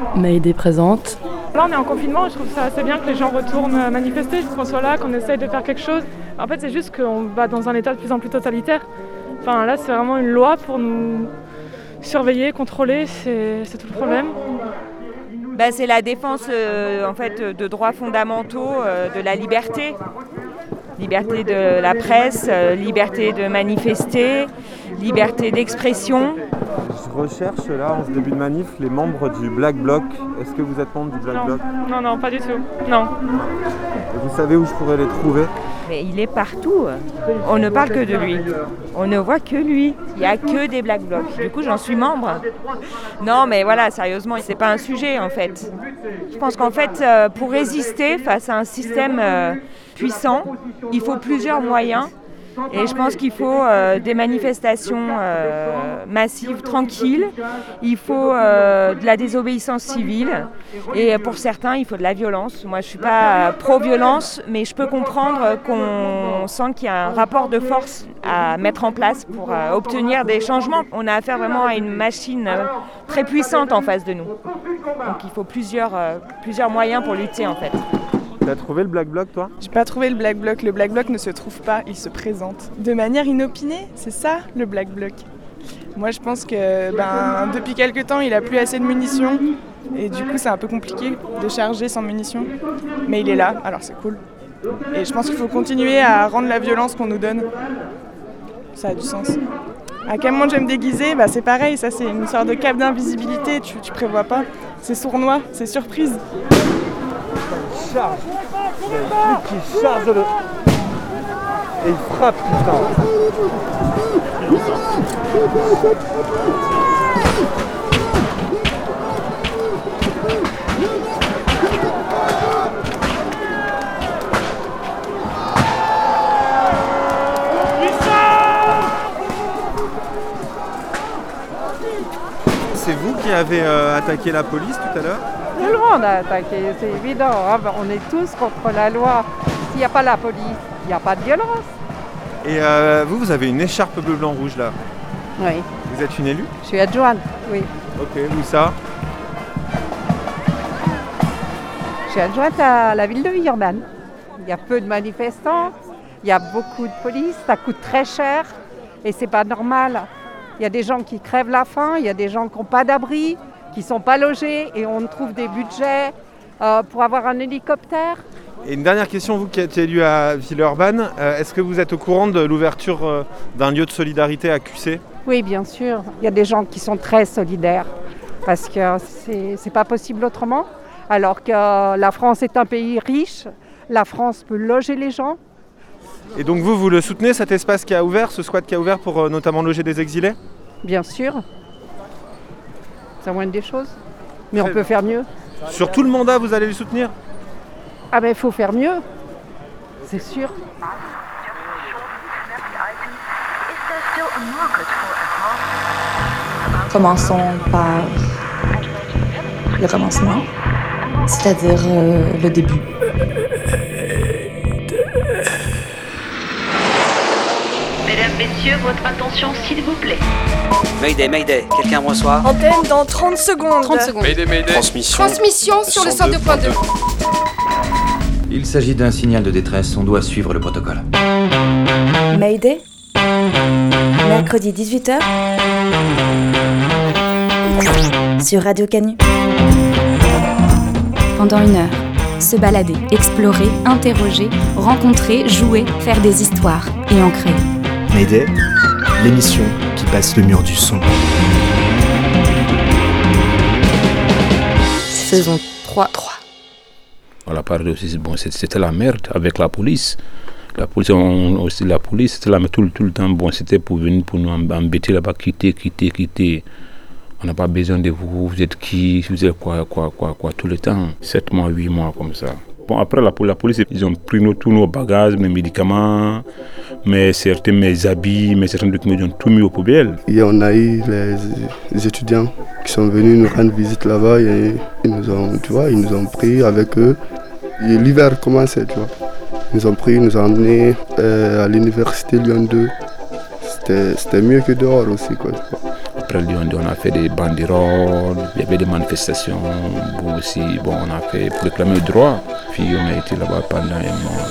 Mayday présente. Là, on est en confinement et je trouve ça assez bien que les gens retournent manifester, qu'on soit là, qu'on essaye de faire quelque chose. En fait, c'est juste qu'on va dans un état de plus en plus totalitaire. Enfin, là, c'est vraiment une loi pour nous surveiller, contrôler, c'est tout le problème. C'est la défense en fait, de droits fondamentaux, de la liberté. Liberté de la presse, liberté de manifester, liberté d'expression. Je recherche là, en ce début de manif, les membres du Black Bloc. Est-ce que vous êtes membre du Black Bloc ? Non, pas du tout. Non. Et vous savez où je pourrais les trouver ? Mais il est partout. On ne parle que de lui. On ne voit que lui. Il n'y a que des Black Blocs. Du coup, j'en suis membre. Non, mais voilà, sérieusement, c'est pas un sujet en fait. Je pense qu'en fait, pour résister face à un système puissant, il faut plusieurs moyens. Et je pense qu'il faut des manifestations massives, tranquilles. Il faut de la désobéissance civile. Et pour certains, il faut de la violence. Moi, je ne suis pas pro-violence, mais je peux comprendre qu'on sent qu'il y a un rapport de force à mettre en place pour obtenir des changements. On a affaire vraiment à une machine très puissante en face de nous. Donc il faut plusieurs moyens pour lutter en fait. T'as trouvé le Black Bloc, toi ? J'ai pas trouvé le Black Bloc. Le Black Bloc ne se trouve pas, il se présente. De manière inopinée, c'est ça le Black Bloc. Moi, je pense que depuis quelques temps, il a plus assez de munitions. Et du coup, c'est un peu compliqué de charger sans munitions. Mais il est là, alors c'est cool. Et je pense qu'il faut continuer à rendre la violence qu'on nous donne. Ça a du sens. À quel moment je vais me déguiser ? C'est pareil, ça c'est une sorte de cape d'invisibilité, tu prévois pas. C'est sournois, c'est surprise. Charge. Il y a un flic qui charge le... Et il frappe, putain. C'est vous qui avez attaqué la police tout à l'heure ? Tout le monde a attaqué, c'est évident. On est tous contre la loi. S'il n'y a pas la police, il n'y a pas de violence. Et vous avez une écharpe bleu, blanc, rouge là ? Oui. Vous êtes une élue ? Je suis adjointe, oui. Ok, où ça ? Je suis adjointe à la ville de Villeurbanne. Il y a peu de manifestants, il y a beaucoup de police, ça coûte très cher et c'est pas normal. Il y a des gens qui crèvent la faim, il y a des gens qui n'ont pas d'abri, qui ne sont pas logés et on trouve des budgets pour avoir un hélicoptère. Et une dernière question, vous qui êtes élu à Villeurbanne, est-ce que vous êtes au courant de l'ouverture d'un lieu de solidarité à QC ? Oui, bien sûr. Il y a des gens qui sont très solidaires parce que c'est pas possible autrement. Alors que la France est un pays riche, la France peut loger les gens. Et donc vous le soutenez, cet espace qui a ouvert, ce squat qui a ouvert pour notamment loger des exilés ? Bien sûr. C'est la moindre des choses. Mais on peut faire mieux. Sur tout le mandat, vous allez le soutenir ? Ah ben il faut faire mieux, c'est sûr. Commençons par le commencement, c'est-à-dire le début. Mesdames, Messieurs, votre attention s'il vous plaît. Mayday, quelqu'un me reçoit ? Antenne dans 30 secondes. 30 secondes. Mayday. Transmission sur le 102.2. Il s'agit d'un signal de détresse, on doit suivre le protocole. Mayday, mercredi 18h, sur Radio Canu. Pendant 1 heure, se balader, explorer, interroger, rencontrer, jouer, faire des histoires et en créer. Mayday, l'émission qui passe le mur du son. Saison 3. On a parlé aussi, c'était la merde avec la police. La police, c'était là, mais tout le temps, c'était pour venir pour nous embêter là-bas, quitter. On n'a pas besoin de vous, vous êtes qui, vous êtes quoi, tout le temps. 7 mois, 8 mois, comme ça. Bon, après, la police, ils ont pris tous nos bagages, mes médicaments, mes habits, mes certains documents, ils ont tout mis aux poubelles. Et on a eu les étudiants qui sont venus nous rendre visite là-bas et ils nous ont pris avec eux. Et l'hiver commençait, tu vois. Ils nous ont pris, ils nous ont emmenés à l'université Lyon 2. C'était mieux que dehors aussi, quoi. après on a fait des banderoles, il y avait des manifestations aussi. Bon, on a fait pour réclamer le droit. Puis on a été là-bas pendant un mois.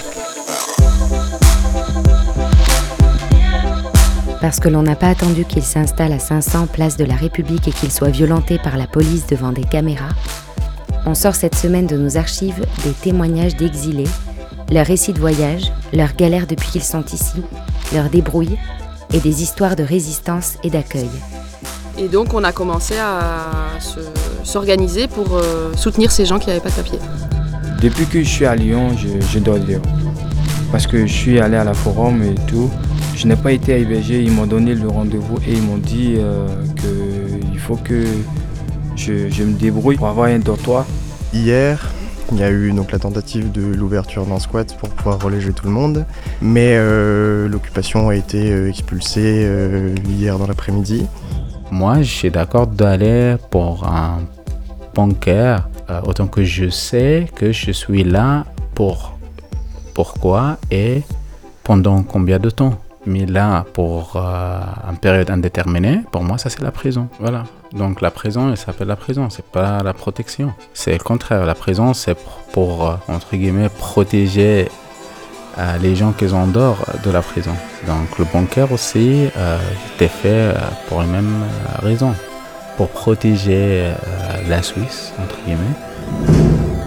Parce que l'on n'a pas attendu qu'il s'installe à 500 place de la République et qu'il soit violenté par la police devant des caméras, on sort cette semaine de nos archives des témoignages d'exilés, leurs récits de voyage, leurs galères depuis qu'ils sont ici, leurs débrouilles et des histoires de résistance et d'accueil. Et donc on a commencé à s'organiser pour soutenir ces gens qui n'avaient pas de papier. Depuis que je suis à Lyon, je dors dehors. Parce que je suis allé à la forum et tout. Je n'ai pas été hébergé, ils m'ont donné le rendez-vous et ils m'ont dit qu'il faut que je me débrouille pour avoir un dortoir. Hier, il y a eu donc la tentative de l'ouverture d'un squat pour pouvoir reloger tout le monde, mais l'occupation a été expulsée hier dans l'après-midi. Moi, je suis d'accord d'aller pour un bunker, autant que je sais que je suis là pourquoi et pendant combien de temps. Mais là, pour une période indéterminée, pour moi, ça c'est la prison. Voilà. Donc la prison, elle s'appelle la prison, c'est pas la protection. C'est le contraire. La prison, c'est pour entre guillemets, protéger les gens qui sont en dehors de la prison. Donc le bunker aussi était fait pour les mêmes raisons. Pour protéger la Suisse, entre guillemets.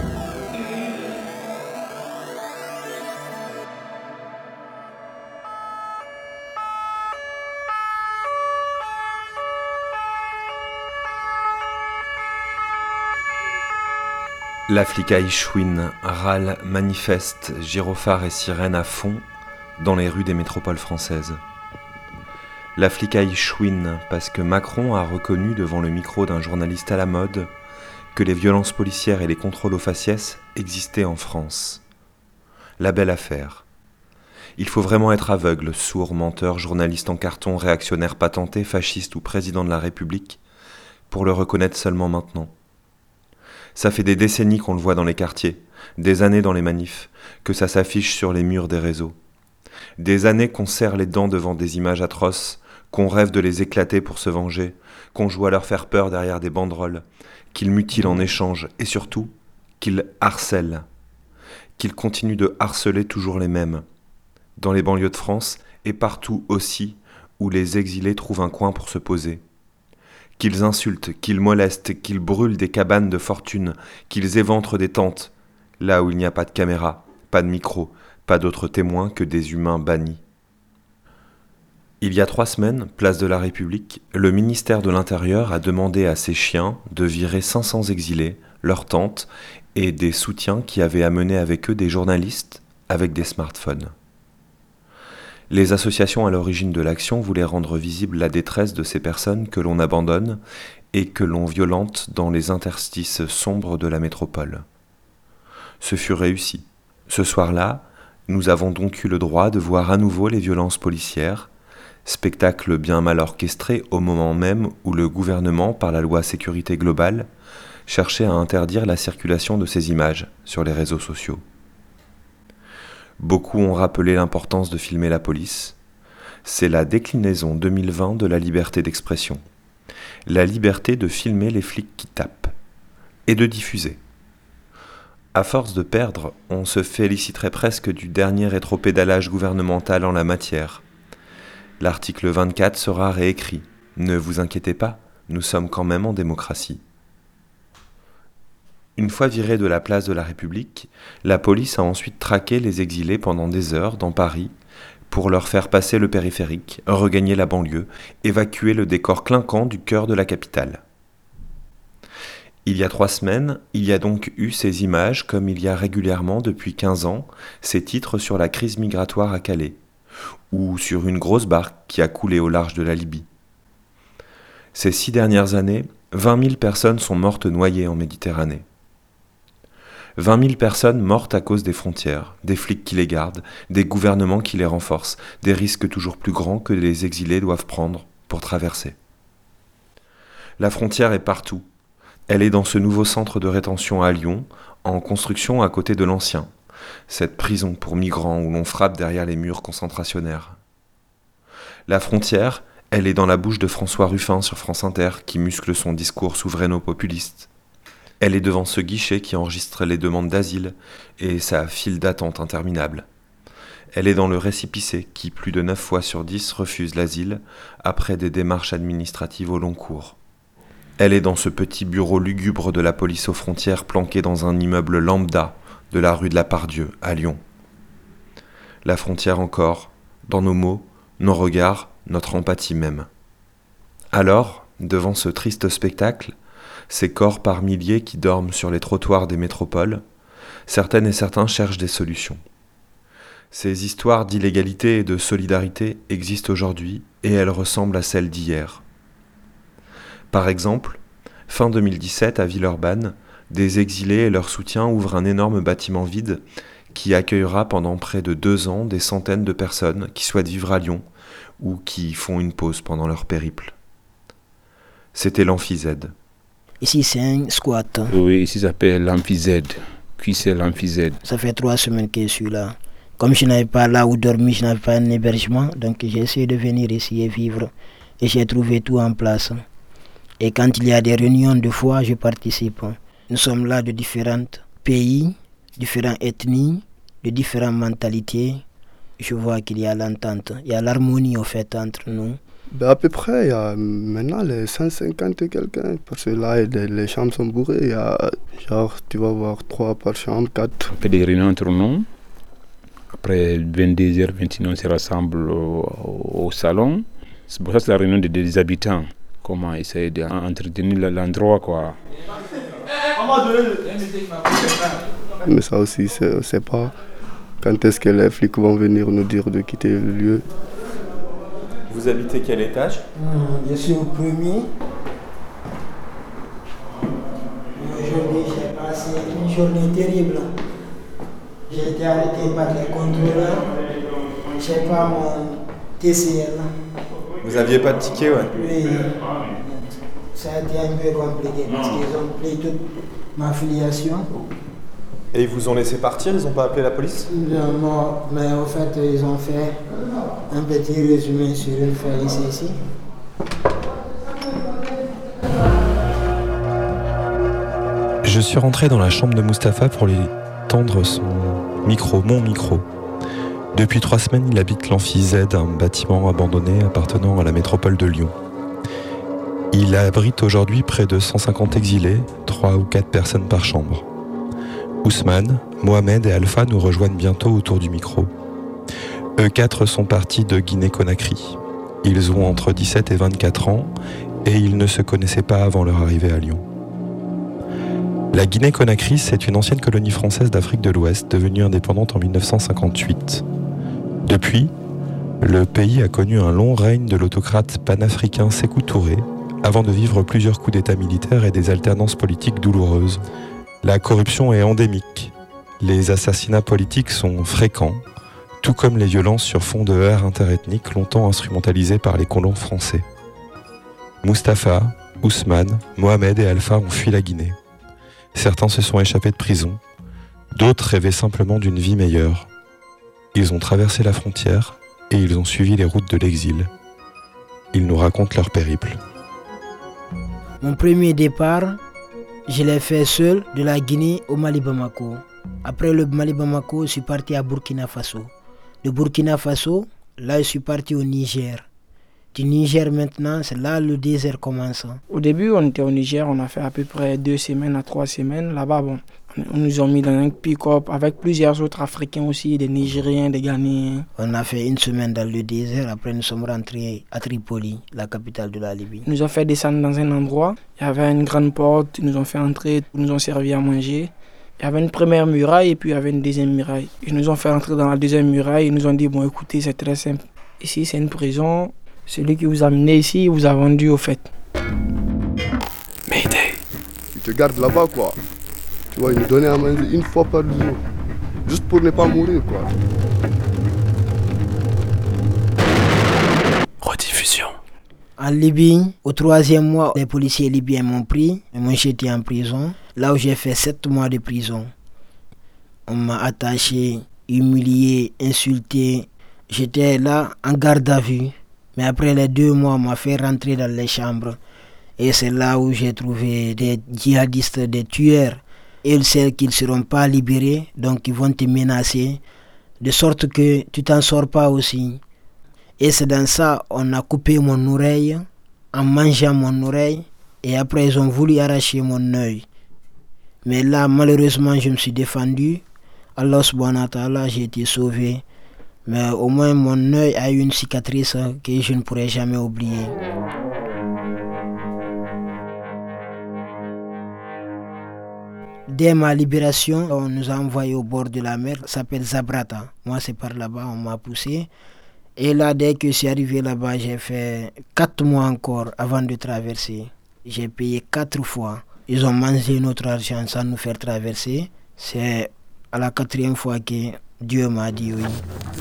La flicaille chouine, râle, manifeste, gyrophares et sirènes à fond dans les rues des métropoles françaises. La flicaille chouine parce que Macron a reconnu devant le micro d'un journaliste à la mode que les violences policières et les contrôles aux faciès existaient en France. La belle affaire. Il faut vraiment être aveugle, sourd, menteur, journaliste en carton, réactionnaire patenté, fasciste ou président de la République pour le reconnaître seulement maintenant. Ça fait des décennies qu'on le voit dans les quartiers, des années dans les manifs, que ça s'affiche sur les murs des réseaux. Des années qu'on serre les dents devant des images atroces, qu'on rêve de les éclater pour se venger, qu'on joue à leur faire peur derrière des banderoles, qu'ils mutilent en échange et surtout qu'ils harcèlent, qu'ils continuent de harceler toujours les mêmes, dans les banlieues de France et partout aussi où les exilés trouvent un coin pour se poser. Qu'ils insultent, qu'ils molestent, qu'ils brûlent des cabanes de fortune, qu'ils éventrent des tentes, là où il n'y a pas de caméra, pas de micro, pas d'autres témoins que des humains bannis. Il y a 3 semaines, place de la République, le ministère de l'Intérieur a demandé à ses chiens de virer 500 exilés, leurs tentes et des soutiens qui avaient amené avec eux des journalistes avec des smartphones. Les associations à l'origine de l'action voulaient rendre visible la détresse de ces personnes que l'on abandonne et que l'on violente dans les interstices sombres de la métropole. Ce fut réussi. Ce soir-là, nous avons donc eu le droit de voir à nouveau les violences policières, spectacle bien mal orchestré au moment même où le gouvernement, par la loi sécurité globale, cherchait à interdire la circulation de ces images sur les réseaux sociaux. Beaucoup ont rappelé l'importance de filmer la police. C'est la déclinaison 2020 de la liberté d'expression. La liberté de filmer les flics qui tapent et de diffuser. À force de perdre, on se féliciterait presque du dernier rétropédalage gouvernemental en la matière. L'article 24 sera réécrit. Ne vous inquiétez pas, nous sommes quand même en démocratie. Une fois virés de la place de la République, la police a ensuite traqué les exilés pendant des heures dans Paris pour leur faire passer le périphérique, regagner la banlieue, évacuer le décor clinquant du cœur de la capitale. Il y a 3 semaines, il y a donc eu ces images comme il y a régulièrement depuis 15 ans ces titres sur la crise migratoire à Calais ou sur une grosse barque qui a coulé au large de la Libye. Ces 6 dernières années, 20 000 personnes sont mortes noyées en Méditerranée. 20 000 personnes mortes à cause des frontières, des flics qui les gardent, des gouvernements qui les renforcent, des risques toujours plus grands que les exilés doivent prendre pour traverser. La frontière est partout. Elle est dans ce nouveau centre de rétention à Lyon, en construction à côté de l'ancien, cette prison pour migrants où l'on frappe derrière les murs concentrationnaires. La frontière, Elle est dans la bouche de François Ruffin sur France Inter qui muscle son discours souveraino-populiste. Elle est devant ce guichet qui enregistre les demandes d'asile et sa file d'attente interminable. Elle est dans le récépissé qui, plus de 9 fois sur 10, refuse l'asile après des démarches administratives au long cours. Elle est dans ce petit bureau lugubre de la police aux frontières planqué dans un immeuble lambda de la rue de la Pardieu, à Lyon. La frontière encore, dans nos mots, nos regards, notre empathie même. Alors, devant ce triste spectacle, ces corps par milliers qui dorment sur les trottoirs des métropoles, certaines et certains cherchent des solutions. Ces histoires d'illégalité et de solidarité existent aujourd'hui et elles ressemblent à celles d'hier. Par exemple, fin 2017 à Villeurbanne, des exilés et leurs soutiens ouvrent un énorme bâtiment vide qui accueillera pendant près de 2 ans des centaines de personnes qui souhaitent vivre à Lyon ou qui font une pause pendant leur périple. C'était l'Amphi-Z. Ici, c'est un squat. Oui, ici, ça s'appelle l'Amphi-Z. Qui c'est l'Amphi-Z? Ça fait 3 semaines que je suis là. Comme je n'avais pas là où dormir, je n'avais pas un hébergement, donc j'ai essayé de venir ici et vivre. Et j'ai trouvé tout en place. Et quand il y a des réunions de foi, je participe. Nous sommes là de différents pays, différentes ethnies, de différentes mentalités. Je vois qu'il y a l'entente, il y a l'harmonie au fait entre nous. À peu près, il y a maintenant les 150 et quelqu'un, parce que là, les chambres sont bourrées. Il y a, genre, tu vas voir 3 par chambre, 4. On fait des réunions entre nous. Après 22h, 21h, on se rassemble au salon. C'est pour ça que c'est la réunion des habitants. Comment essayer d'entretenir l'endroit, quoi. Mais ça aussi, c'est pas quand est-ce que les flics vont venir nous dire de quitter le lieu. Vous habitez quel étage? Je suis au premier. Aujourd'hui, j'ai passé une journée terrible. J'ai été arrêté par les contrôleurs. Je n'ai pas mon TCL. Vous n'aviez pas de ticket, ouais? Oui. Ça a été un peu compliqué parce qu'ils ont pris toute ma filiation. Et ils vous ont laissé partir? Ils n'ont pas appelé la police? Non, mais au fait, ils ont fait un petit résumé sur une feuille ici. Je suis rentré dans la chambre de Mustapha pour lui tendre son micro, mon micro. Depuis 3 semaines, il habite l'Amphi-Z, un bâtiment abandonné appartenant à la métropole de Lyon. Il abrite aujourd'hui près de 150 exilés, 3 ou 4 personnes par chambre. Ousmane, Mohamed et Alpha nous rejoignent bientôt autour du micro. Eux 4 sont partis de Guinée-Conakry. Ils ont entre 17 et 24 ans et ils ne se connaissaient pas avant leur arrivée à Lyon. La Guinée-Conakry, c'est une ancienne colonie française d'Afrique de l'Ouest devenue indépendante en 1958. Depuis, le pays a connu un long règne de l'autocrate panafricain Sékou Touré avant de vivre plusieurs coups d'État militaires et des alternances politiques douloureuses. La corruption est endémique. Les assassinats politiques sont fréquents, tout comme les violences sur fond de haine interethnique longtemps instrumentalisées par les colons français. Mustapha, Ousmane, Mohamed et Alpha ont fui la Guinée. Certains se sont échappés de prison, d'autres rêvaient simplement d'une vie meilleure. Ils ont traversé la frontière et ils ont suivi les routes de l'exil. Ils nous racontent leur périple. Mon premier départ, je l'ai fait seul de la Guinée au Mali-Bamako. Après le Mali-Bamako, je suis parti à Burkina Faso. De Burkina Faso, là je suis parti au Niger. Du Niger maintenant, c'est là le désert commence. Au début, on était au Niger, on a fait à peu près 2 semaines à 3 semaines. Là-bas, bon, on nous a mis dans un pick-up avec plusieurs autres Africains aussi, des Nigériens, des Ghanéens. On a fait 1 semaine dans le désert, après nous sommes rentrés à Tripoli, la capitale de la Libye. Ils nous ont fait descendre dans un endroit, il y avait une grande porte, ils nous ont fait entrer, ils nous ont servi à manger. Il y avait une première muraille et puis il y avait une deuxième muraille. Ils nous ont fait entrer dans la deuxième muraille, ils nous ont dit, bon écoutez, c'est très simple. Ici, c'est une prison. Celui qui vous a amené ici, il vous a vendu au fait. Mayday. Ils te gardent là-bas, quoi. Tu vois, ils nous donnaient à manger 1 fois par jour. Juste pour ne pas mourir, quoi. Rediffusion. En Libye, au 3e mois, les policiers libyens m'ont pris et m'ont jeté en prison. Là où j'ai fait 7 mois de prison. On m'a attaché, humilié, insulté. J'étais là en garde à vue. Mais après les 2 mois, on m'a fait rentrer dans les chambres. Et c'est là où j'ai trouvé des djihadistes, des tueurs. Ils savent qu'ils ne seront pas libérés, donc ils vont te menacer, de sorte que tu t'en sors pas aussi. Et c'est dans ça, on a coupé mon oreille, en mangeant mon oreille, et après ils ont voulu arracher mon œil. Mais là, malheureusement, je me suis défendu. Allah subhanahu wa ta'ala, j'ai été sauvé. Mais au moins, mon œil a eu une cicatrice que je ne pourrai jamais oublier. Dès ma libération, on nous a envoyés au bord de la mer, ça s'appelle Zabrata. Moi, c'est par là-bas, on m'a poussé. Et là, dès que je suis arrivé là-bas, j'ai fait 4 mois encore avant de traverser. J'ai payé 4 fois. Ils ont mangé notre argent sans nous faire traverser. C'est à la 4e fois que Dieu m'a dit oui.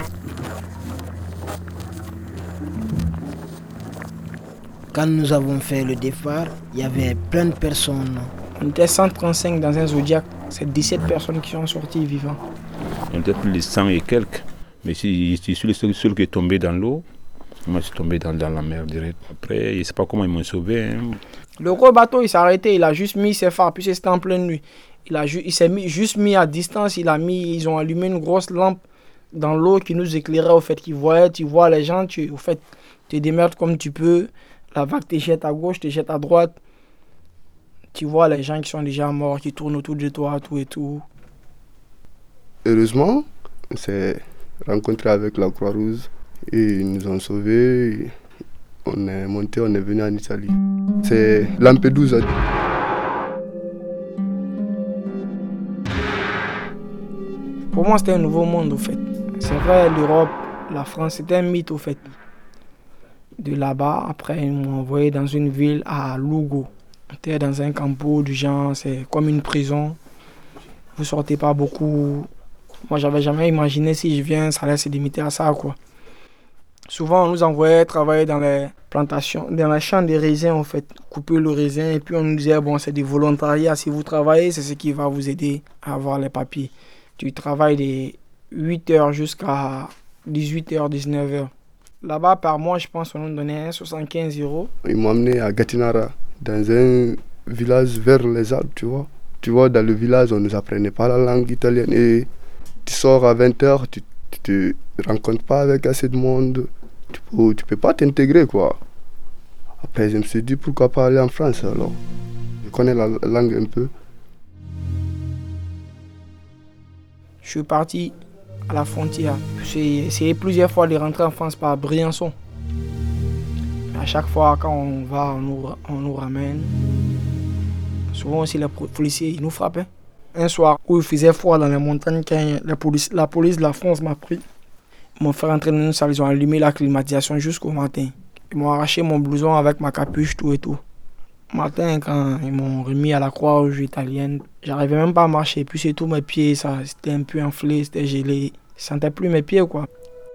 Quand nous avons fait le départ, il y avait plein de personnes. On était 135 dans un Zodiac. C'est 17 personnes qui sont sorties vivants. On était plus de 100 et quelques. Mais je suis le seul qui est tombé dans l'eau. Moi, je suis tombé dans la mer direct. Après, je ne sais pas comment ils m'ont sauvé. Le gros bateau, il s'est arrêté. Il a juste mis ses phares. Puis c'était en pleine nuit. Il s'est juste mis à distance. Ils ont allumé une grosse lampe dans l'eau qui nous éclairait. Au fait, tu vois les gens. Tu te démerdes comme tu peux. La vague te jette à gauche, te jette à droite. Tu vois les gens qui sont déjà morts, qui tournent autour de toi, tout et tout. Heureusement, on s'est rencontré avec la Croix-Rouge et ils nous ont sauvés. On est monté, on est venu en Italie. C'est Lampedusa. Pour moi, c'était un nouveau monde, au fait. C'est vrai, l'Europe, la France, c'était un mythe, au fait. De là-bas, après, ils m'ont envoyé dans une ville à Lugo. On était dans un campo du genre, c'est comme une prison. Vous sortez pas beaucoup. Moi, j'avais jamais imaginé si je viens, ça allait se limiter à ça, quoi. Souvent, on nous envoyait travailler dans les plantations, dans les champs de raisins, en fait. Couper le raisin, et puis on nous disait, bon, c'est du volontariat. Si vous travaillez, c'est ce qui va vous aider à avoir les papiers. Tu travailles de 8h jusqu'à 18h, 19h. Là-bas, par mois, je pense qu'on nous donnait 75 €. Ils m'ont amené à Gattinara, dans un village vers les Alpes, tu vois. Tu vois, dans le village, on ne nous apprenait pas la langue italienne. Et tu sors à 20h, tu te rencontres pas avec assez de monde. Tu peux pas t'intégrer, quoi. Après, je me suis dit, pourquoi pas aller en France, alors. Je connais la langue un peu. Je suis parti à la frontière. J'ai essayé plusieurs fois de rentrer en France par Briançon. À chaque fois, quand on va, on nous ramène. Souvent aussi, les policiers, ils nous frappaient. Un soir où il faisait froid dans les montagnes, quand la police de la France m'a pris. Ils m'ont fait rentrer dans une salle, ils ont allumé la climatisation jusqu'au matin. Ils m'ont arraché mon blouson avec ma capuche, tout et tout. Le matin, quand ils m'ont remis à la Croix-Rouge italienne, j'arrivais même pas à marcher. Puis c'est tout, mes pieds, ça, c'était un peu enflé, c'était gelé. Je sentais plus mes pieds, quoi.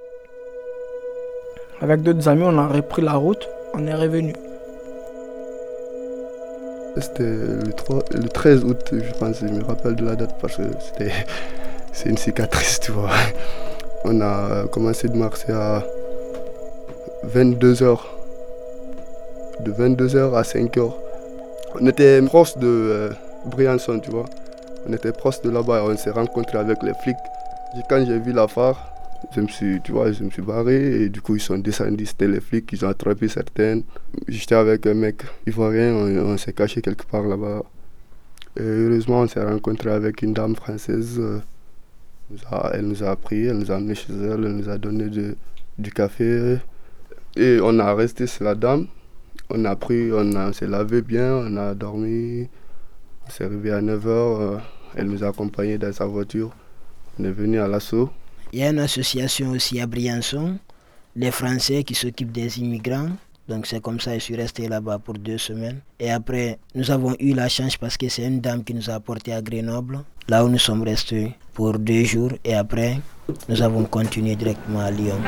Avec d'autres amis, on a repris la route, on est revenu. C'était le 13 août, je pense, je me rappelle de la date parce que c'est une cicatrice, tu vois. On a commencé de marcher à 22h. De 22h à 5h. On était proche de Briançon, tu vois. On était proche de là-bas et on s'est rencontrés avec les flics. Et quand j'ai vu la phare, je me suis barré et du coup ils sont descendus, c'était les flics, ils ont attrapé certaines. J'étais avec un mec ivoirien, on s'est caché quelque part là-bas. Et heureusement on s'est rencontré avec une dame française. Elle nous a pris, elle nous a amenés chez elle, elle nous a donné du café. Et on a resté chez la dame. On s'est lavé bien, on a dormi. On s'est réveillé à 9h, elle nous a accompagnés dans sa voiture. On est venu à l'assaut. Il y a une association aussi à Briançon, les Français qui s'occupent des immigrants. Donc c'est comme ça que je suis resté là-bas pour 2 semaines. Et après, nous avons eu la chance parce que c'est une dame qui nous a apporté à Grenoble, là où nous sommes restés pour 2 jours. Et après, nous avons continué directement à Lyon.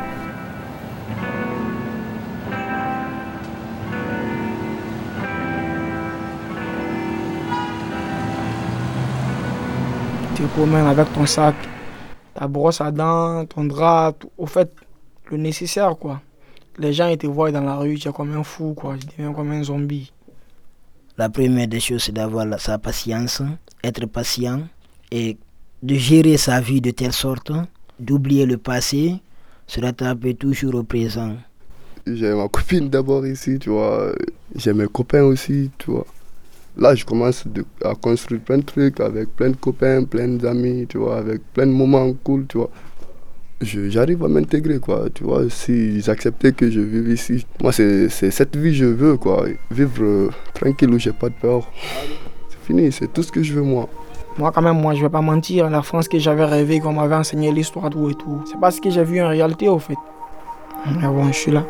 Tu te promènes avec ton sac, ta brosse à dents, ton drap, tout, au fait, le nécessaire, quoi. Les gens ils te voient dans la rue, tu es comme un fou, quoi. Tu deviens comme un zombie. La première des choses, c'est d'avoir sa patience, être patient et de gérer sa vie de telle sorte d'oublier le passé, se rattraper toujours au présent. J'ai ma copine d'abord ici, tu vois. J'ai mes copains aussi, tu vois. Là, je commence à construire plein de trucs avec plein de copains, plein d'amis, tu vois, avec plein de moments cool, tu vois. J'arrive à m'intégrer, quoi, tu vois. S'ils acceptaient que je vive ici, moi, c'est cette vie que je veux, quoi. Vivre tranquille où j'ai pas de peur. C'est fini, c'est tout ce que je veux, moi. Moi, quand même, je vais pas mentir. La France que j'avais rêvé, qu'on m'avait enseigné l'histoire, tout et tout. C'est pas ce que j'ai vu en réalité, au fait. Mais bon, je suis là.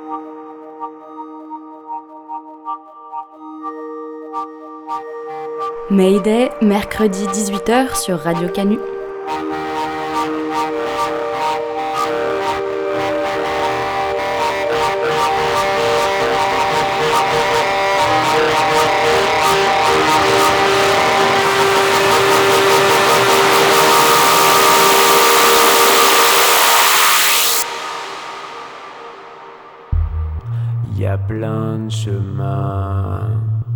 Mayday, mercredi 18h sur Radio Canu. Il y a plein de chemins,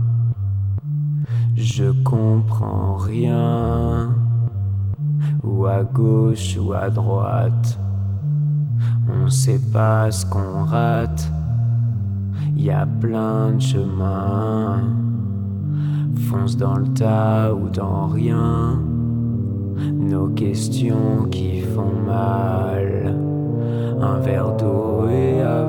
je comprends rien, ou à gauche ou à droite, on sait pas ce qu'on rate. Il y a plein de chemins, fonce dans le tas ou dans rien, nos questions qui font mal, un verre d'eau et avant.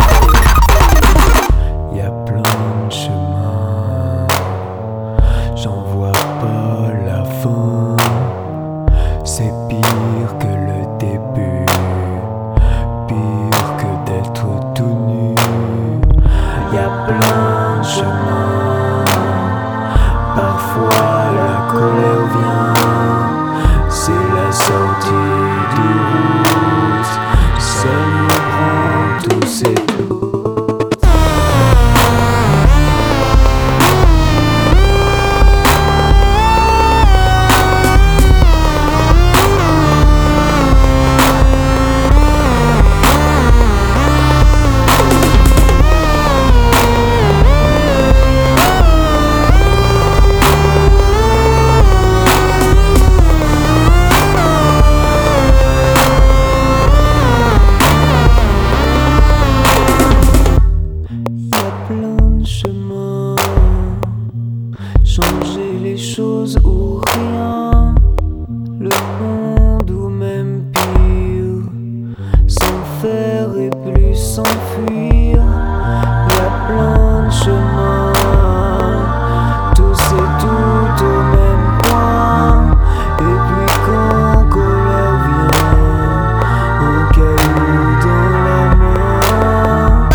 Il y a plein de chemins, j'en vois pas la fin. C'est pire que le début, pire que d'être tout nu. Il y a plein de chemins, parfois la colère vient, c'est la sortie du route, ça nous prend tous et tout. Changer les choses ou rien, le monde ou même pire, s'en faire et plus s'enfuir. Y a plein de chemins, tous et toutes au même point. Et puis quand colère vient, un caillou dans la main.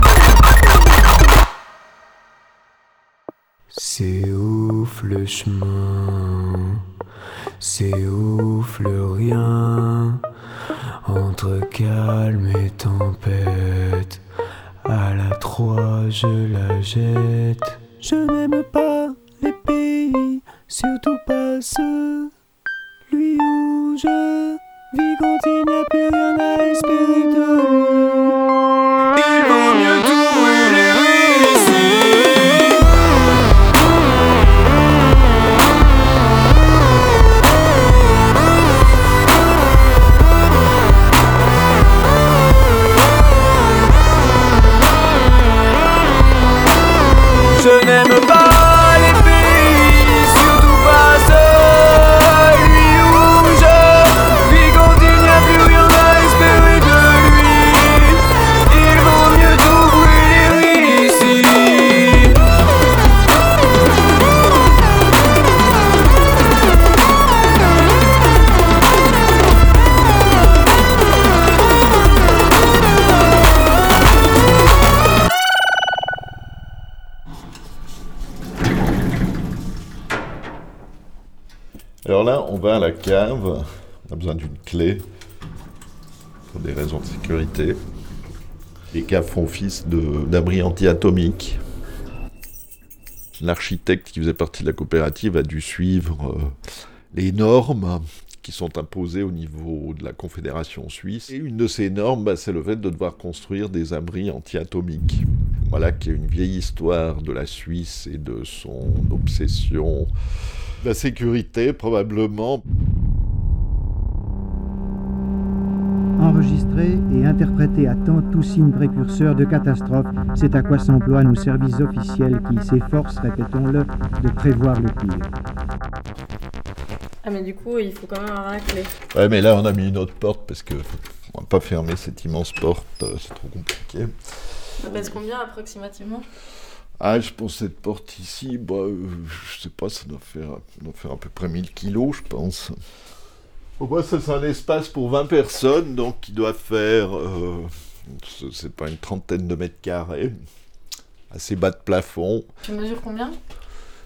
C'est ouf le chemin, c'est ouf le rien, entre calme et tempête, à la 3 je la jette. Je n'aime pas les pays, surtout pas celui où je vis quand il n'y a plus rien à espérer de lui. Il vaut mieux tout brûler ici. Je n'aime pas les pays, surtout pas celui où je vis quand il n'y a plus rien à espérer de lui. Il vaut mieux tout brûler ici. Alors là, on va à la cave, on a besoin d'une clé, pour des raisons de sécurité. Les caves font office d'abri anti-atomique. L'architecte qui faisait partie de la coopérative a dû suivre les normes qui sont imposées au niveau de la Confédération suisse. Et une de ces normes, c'est le fait de devoir construire des abris anti-atomiques. Voilà, qui est une vieille histoire de la Suisse et de son obsession de la sécurité, probablement. Enregistrer et interpréter à temps tout signe précurseur de catastrophe, c'est à quoi s'emploient nos services officiels qui s'efforcent, répétons-le, de prévoir le pire. Ah mais du coup, il faut quand même avoir la clé. Ouais, mais là, on a mis une autre porte parce que on va pas fermer cette immense porte, c'est trop compliqué. Ça pèse combien approximativement ? Ah, je pense cette porte ici, je sais pas, ça doit faire à peu près 1000 kilos, je pense. Pour moi, ça, c'est un espace pour 20 personnes, donc qui doit faire, c'est pas une trentaine de mètres carrés, assez bas de plafond. Tu mesures combien ? Toi ?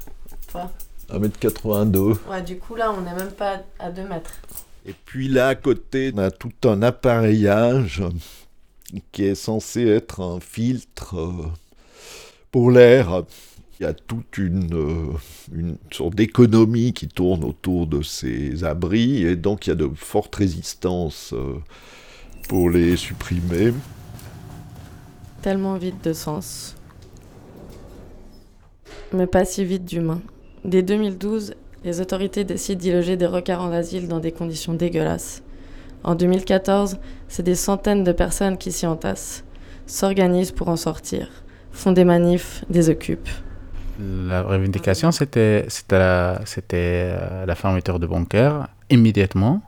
1m82. Ouais, du coup, là, on n'est même pas à 2 mètres. Et puis là, à côté, on a tout un appareillage qui est censé être un filtre pour l'air. Il y a toute une sorte d'économie qui tourne autour de ces abris, et donc il y a de fortes résistances pour les supprimer. Tellement vide de sens. Mais pas si vide d'humain. Dès 2012, les autorités décident d'y loger des requérants d'asile dans des conditions dégueulasses. En 2014, c'est des centaines de personnes qui s'y entassent, s'organisent pour en sortir, font des manifs, des occupent. La revendication, c'était la fermeture de bunkers immédiatement,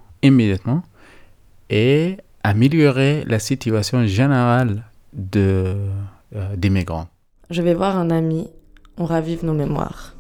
et améliorer la situation générale des migrants. Je vais voir un ami, on ravive nos mémoires.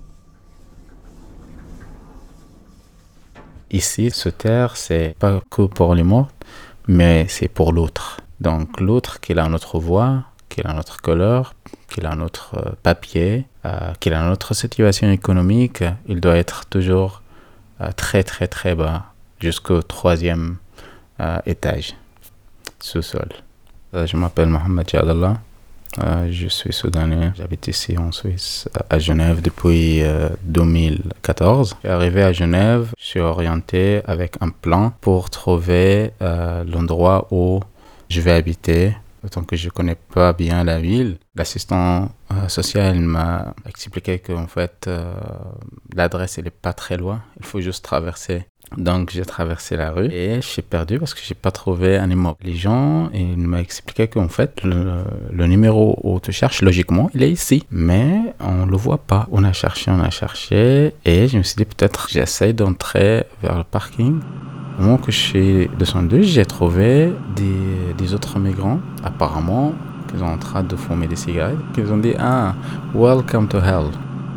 Ici, se taire, c'est pas que pour les morts, mais c'est pour l'autre. Donc l'autre qui a notre voix, qui a notre couleur, qui a notre papier, qui a notre situation économique, il doit être toujours très très très bas, jusqu'au 3e étage, sous-sol. Je m'appelle Mohamed Jadallah, je suis soudanais, j'habite ici en Suisse, à Genève depuis 2014. Je suis arrivé à Genève, je suis orienté avec un plan pour trouver l'endroit où je vais habiter. Autant que je ne connais pas bien la ville, l'assistant social m'a expliqué qu'en fait, l'adresse, elle n'est pas très loin. Il faut juste traverser. Donc, j'ai traversé la rue et je suis perdu parce que je n'ai pas trouvé un immeuble. Les gens, ils m'ont expliqué qu'en fait, le numéro où tu cherches, logiquement, il est ici. Mais on ne le voit pas. On a cherché et je me suis dit peut-être j'essaie d'entrer vers le parking. Au moment que je suis descendu, j'ai trouvé des autres migrants, apparemment, qui sont en train de fumer des cigarettes, qui ont dit « Ah, welcome to hell ».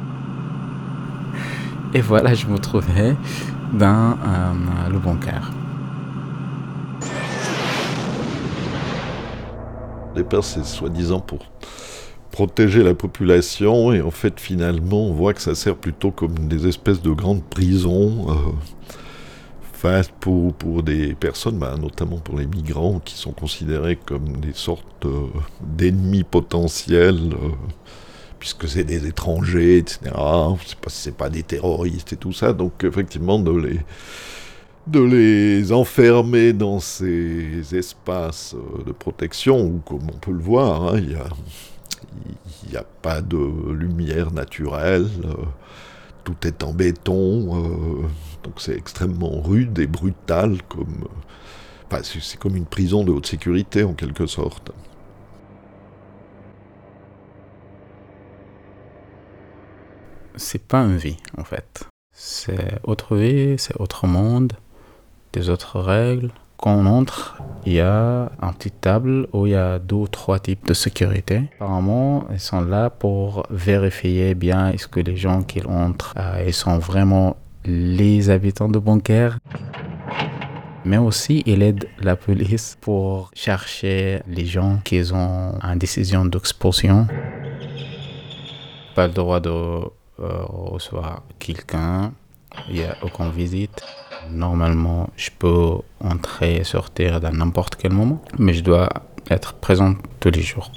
Et voilà, je me trouvais dans le bunker. Au départ, c'est soi-disant pour protéger la population, et en fait, finalement, on voit que ça sert plutôt comme des espèces de grandes prisons. Pour des personnes, notamment pour les migrants, qui sont considérés comme des sortes d'ennemis potentiels, puisque c'est des étrangers, etc. C'est pas des terroristes et tout ça. Donc effectivement, de les enfermer dans ces espaces de protection, où, comme on peut le voir, il n'y a pas de lumière naturelle, tout est en béton, donc c'est extrêmement rude et brutal, c'est comme une prison de haute sécurité en quelque sorte. C'est pas une vie en fait. C'est autre vie, c'est autre monde, des autres règles. Quand on entre, il y a une petite table où il y a 2 ou 3 types de sécurité. Apparemment, ils sont là pour vérifier bien est-ce que les gens qui entrent, ils sont vraiment les habitants de bunker. Mais aussi, il aide la police pour chercher les gens qui ont une décision d'expulsion. Pas le droit de recevoir quelqu'un, il n'y a aucune visite. Normalement, je peux entrer et sortir dans n'importe quel moment, mais je dois être présent tous les jours.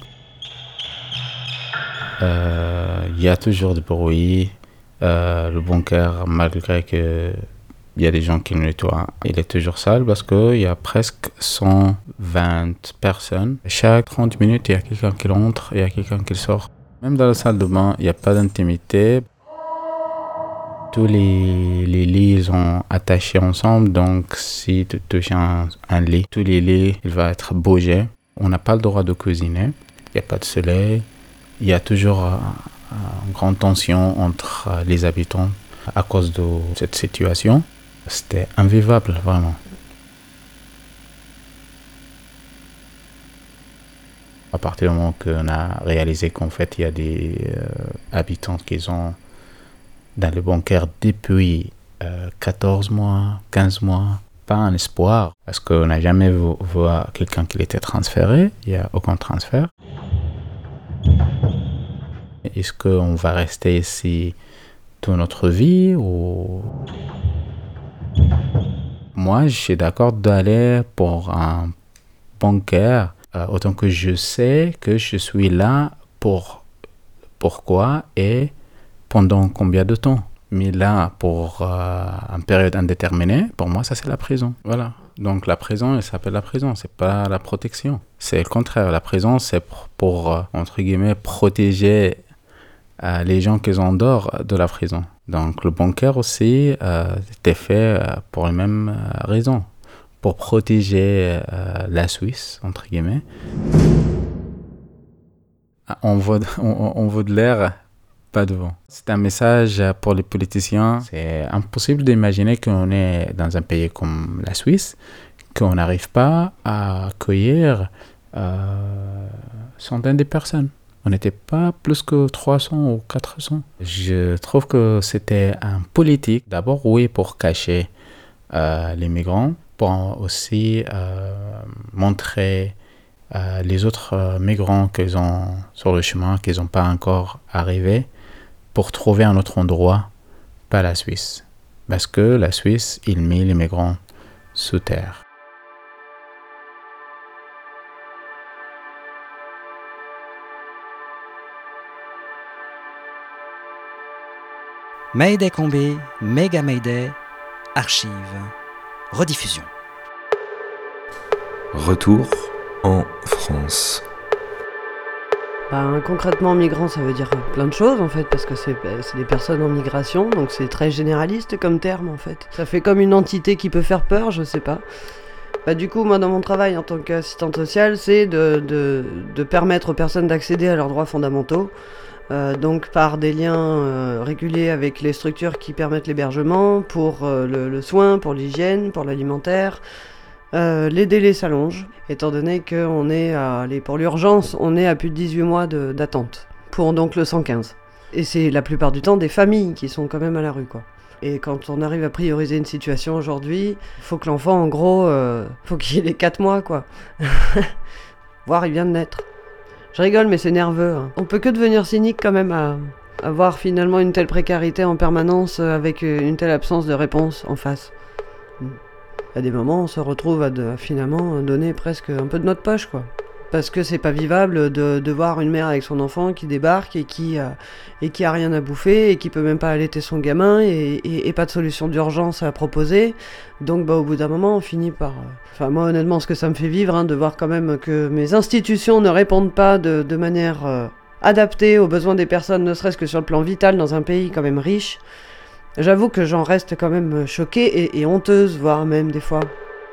Il y a toujours du bruit. Le bunker, malgré que Il y a des gens qui le nettoient. Il est toujours sale parce qu'il y a presque 120 personnes. Chaque 30 minutes, il y a quelqu'un qui rentre, il y a quelqu'un qui sort. Même dans la salle de bain, il n'y a pas d'intimité. Tous les lits sont attachés ensemble, donc si tu touches un lit, tous les lits, il va être bougé. On n'a pas le droit de cuisiner, il n'y a pas de soleil. Il y a toujours une grande tension entre les habitants à cause de cette situation. C'était invivable, vraiment. À partir du moment qu'on a réalisé qu'en fait, il y a des habitants qui sont dans le bunker depuis 14 mois, 15 mois, pas un espoir, parce qu'on n'a jamais vu quelqu'un qui était transféré, il n'y a aucun transfert. Est-ce qu'on va rester ici toute notre vie ou... Moi, je suis d'accord d'aller pour un bunker, autant que je sais que je suis là pourquoi et pendant combien de temps. Mais là, pour une période indéterminée, pour moi, ça c'est la prison. Voilà. Donc la prison, elle s'appelle la prison, c'est pas la protection. C'est le contraire. La prison, c'est pour entre guillemets, protéger les gens qui sont en dehors de la prison. Donc le bunker aussi était fait pour les mêmes raisons, pour protéger la Suisse, entre guillemets. On veut de l'air, pas de vent. C'est un message pour les politiciens. C'est impossible d'imaginer qu'on est dans un pays comme la Suisse, qu'on n'arrive pas à accueillir centaines de personnes. On n'était pas plus que 300 ou 400. Je trouve que c'était un politique, d'abord oui pour cacher les migrants, pour aussi montrer les autres migrants qu'ils ont sur le chemin, qu'ils n'ont pas encore arrivé, pour trouver un autre endroit, pas la Suisse. Parce que la Suisse, il met les migrants sous terre. Mayday Combé, Méga Mayday, archives, rediffusion. Retour en France. Concrètement, migrant, ça veut dire plein de choses en fait, parce que c'est des personnes en migration, donc c'est très généraliste comme terme en fait. Ça fait comme une entité qui peut faire peur, je sais pas. Du coup, moi dans mon travail en tant qu'assistante sociale, c'est de permettre aux personnes d'accéder à leurs droits fondamentaux. Donc par des liens réguliers avec les structures qui permettent l'hébergement, pour le soin, pour l'hygiène, pour l'alimentaire. Les délais s'allongent, étant donné qu'on est pour l'urgence, on est à plus de 18 mois d'attente, pour donc le 115. Et c'est la plupart du temps des familles qui sont quand même à la rue, quoi. Et quand on arrive à prioriser une situation aujourd'hui, il faut que l'enfant, en gros, faut qu'il ait les 4 mois, quoi. Voire il vient de naître. Je rigole, mais c'est nerveux. Hein. On peut que devenir cynique quand même à voir finalement une telle précarité en permanence avec une telle absence de réponse en face. À des moments, on se retrouve à finalement donner presque un peu de notre poche, quoi. Parce que c'est pas vivable de voir une mère avec son enfant qui débarque et qui a rien à bouffer et qui peut même pas allaiter son gamin et pas de solution d'urgence à proposer. Donc au bout d'un moment, on finit par... Enfin moi honnêtement, ce que ça me fait vivre, de voir quand même que mes institutions ne répondent pas de manière adaptée aux besoins des personnes, ne serait-ce que sur le plan vital dans un pays quand même riche. J'avoue que j'en reste quand même choquée et honteuse, voire même des fois.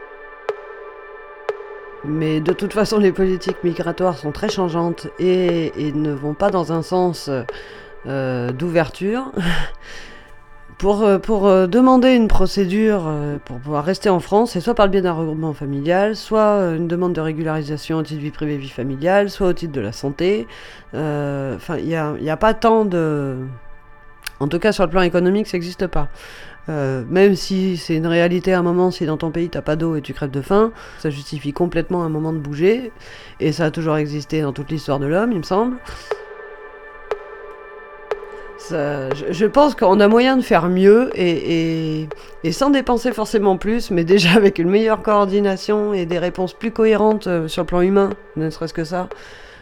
Mais de toute façon, les politiques migratoires sont très changeantes et ne vont pas dans un sens d'ouverture. Pour demander une procédure pour pouvoir rester en France, c'est soit par le biais d'un regroupement familial, soit une demande de régularisation au titre de vie privée, vie familiale, soit au titre de la santé. Enfin, il y a pas tant de... En tout cas, sur le plan économique, ça n'existe pas. Même si c'est une réalité à un moment, si dans ton pays t'as pas d'eau et tu crèves de faim, ça justifie complètement un moment de bouger, et ça a toujours existé dans toute l'histoire de l'homme, il me semble. Je pense qu'on a moyen de faire mieux, et sans dépenser forcément plus, mais déjà avec une meilleure coordination et des réponses plus cohérentes sur le plan humain, ne serait-ce que ça.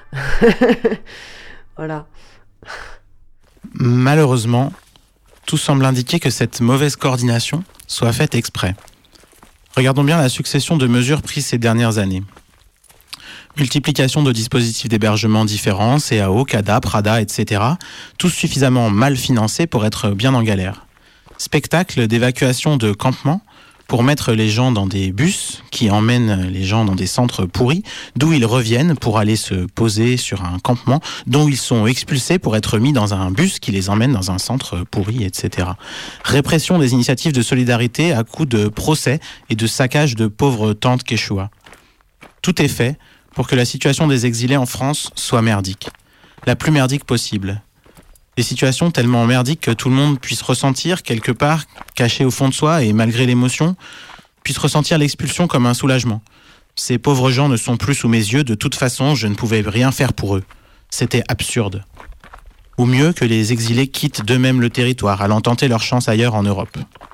Voilà. Malheureusement, tout semble indiquer que cette mauvaise coordination soit faite exprès. Regardons bien la succession de mesures prises ces dernières années. Multiplication de dispositifs d'hébergement différents, CAO, CADA, PRADA, etc., tous suffisamment mal financés pour être bien en galère. Spectacle d'évacuation de campements pour mettre les gens dans des bus qui emmènent les gens dans des centres pourris, d'où ils reviennent pour aller se poser sur un campement, dont ils sont expulsés pour être mis dans un bus qui les emmène dans un centre pourri, etc. Répression des initiatives de solidarité à coups de procès et de saccage de pauvres tantes Quechua. Tout est fait pour que la situation des exilés en France soit merdique. La plus merdique possible. Des situations tellement merdiques que tout le monde puisse ressentir quelque part, caché au fond de soi et malgré l'émotion, puisse ressentir l'expulsion comme un soulagement. Ces pauvres gens ne sont plus sous mes yeux, de toute façon, je ne pouvais rien faire pour eux. C'était absurde. Ou mieux que les exilés quittent d'eux-mêmes le territoire, allant tenter leur chance ailleurs en Europe.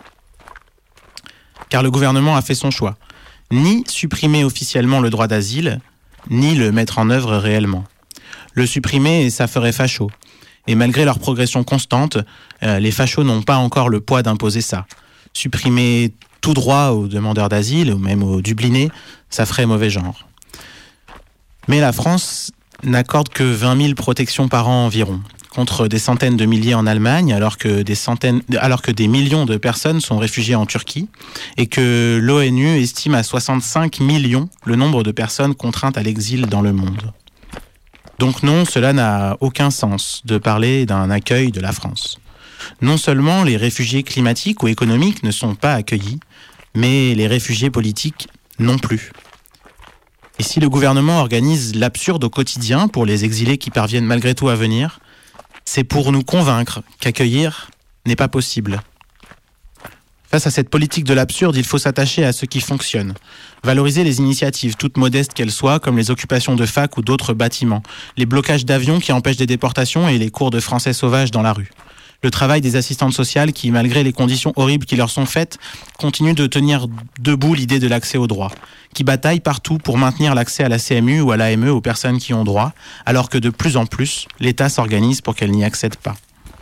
Car le gouvernement a fait son choix. Ni supprimer officiellement le droit d'asile, ni le mettre en œuvre réellement. Le supprimer, ça ferait facho. Et malgré leur progression constante, les fachos n'ont pas encore le poids d'imposer ça. Supprimer tout droit aux demandeurs d'asile, ou même aux dublinés, ça ferait mauvais genre. Mais la France n'accorde que 20 000 protections par an environ, contre des centaines de milliers en Allemagne, alors que des millions de personnes sont réfugiées en Turquie, et que l'ONU estime à 65 millions le nombre de personnes contraintes à l'exil dans le monde. Donc non, cela n'a aucun sens de parler d'un accueil de la France. Non seulement les réfugiés climatiques ou économiques ne sont pas accueillis, mais les réfugiés politiques non plus. Et si le gouvernement organise l'absurde au quotidien pour les exilés qui parviennent malgré tout à venir, c'est pour nous convaincre qu'accueillir n'est pas possible. Face à cette politique de l'absurde, il faut s'attacher à ce qui fonctionne. Valoriser les initiatives, toutes modestes qu'elles soient, comme les occupations de facs ou d'autres bâtiments, les blocages d'avions qui empêchent des déportations et les cours de français sauvages dans la rue. Le travail des assistantes sociales qui, malgré les conditions horribles qui leur sont faites, continuent de tenir debout l'idée de l'accès au droit, qui bataillent partout pour maintenir l'accès à la CMU ou à l'AME aux personnes qui ont droit, alors que de plus en plus, l'État s'organise pour qu'elles n'y accèdent pas.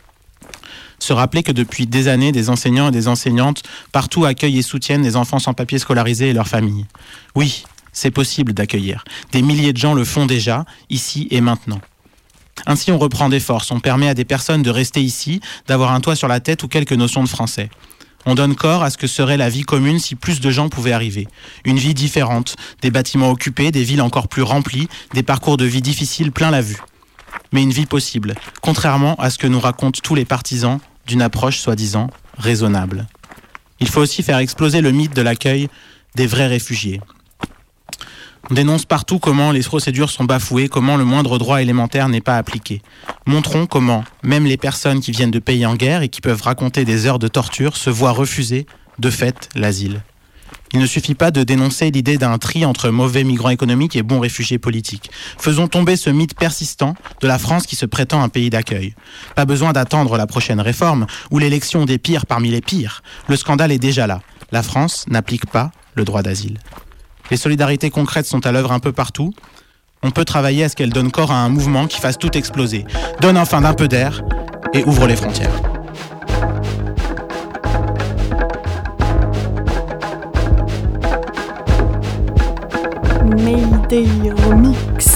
Se rappeler que depuis des années, des enseignants et des enseignantes partout accueillent et soutiennent des enfants sans papier scolarisés et leurs familles. Oui, c'est possible d'accueillir. Des milliers de gens le font déjà, ici et maintenant. Ainsi, on reprend des forces, on permet à des personnes de rester ici, d'avoir un toit sur la tête ou quelques notions de français. On donne corps à ce que serait la vie commune si plus de gens pouvaient arriver. Une vie différente, des bâtiments occupés, des villes encore plus remplies, des parcours de vie difficiles plein la vue. Mais une vie possible, contrairement à ce que nous racontent tous les partisans d'une approche soi-disant raisonnable. Il faut aussi faire exploser le mythe de l'accueil des vrais réfugiés. On dénonce partout comment les procédures sont bafouées, comment le moindre droit élémentaire n'est pas appliqué. Montrons comment même les personnes qui viennent de pays en guerre et qui peuvent raconter des heures de torture se voient refuser, de fait, l'asile. Il ne suffit pas de dénoncer l'idée d'un tri entre mauvais migrants économiques et bons réfugiés politiques. Faisons tomber ce mythe persistant de la France qui se prétend un pays d'accueil. Pas besoin d'attendre la prochaine réforme ou l'élection des pires parmi les pires. Le scandale est déjà là. La France n'applique pas le droit d'asile. Les solidarités concrètes sont à l'œuvre un peu partout. On peut travailler à ce qu'elles donnent corps à un mouvement qui fasse tout exploser. Donne enfin d'un peu d'air et ouvre les frontières. Mayday Remix.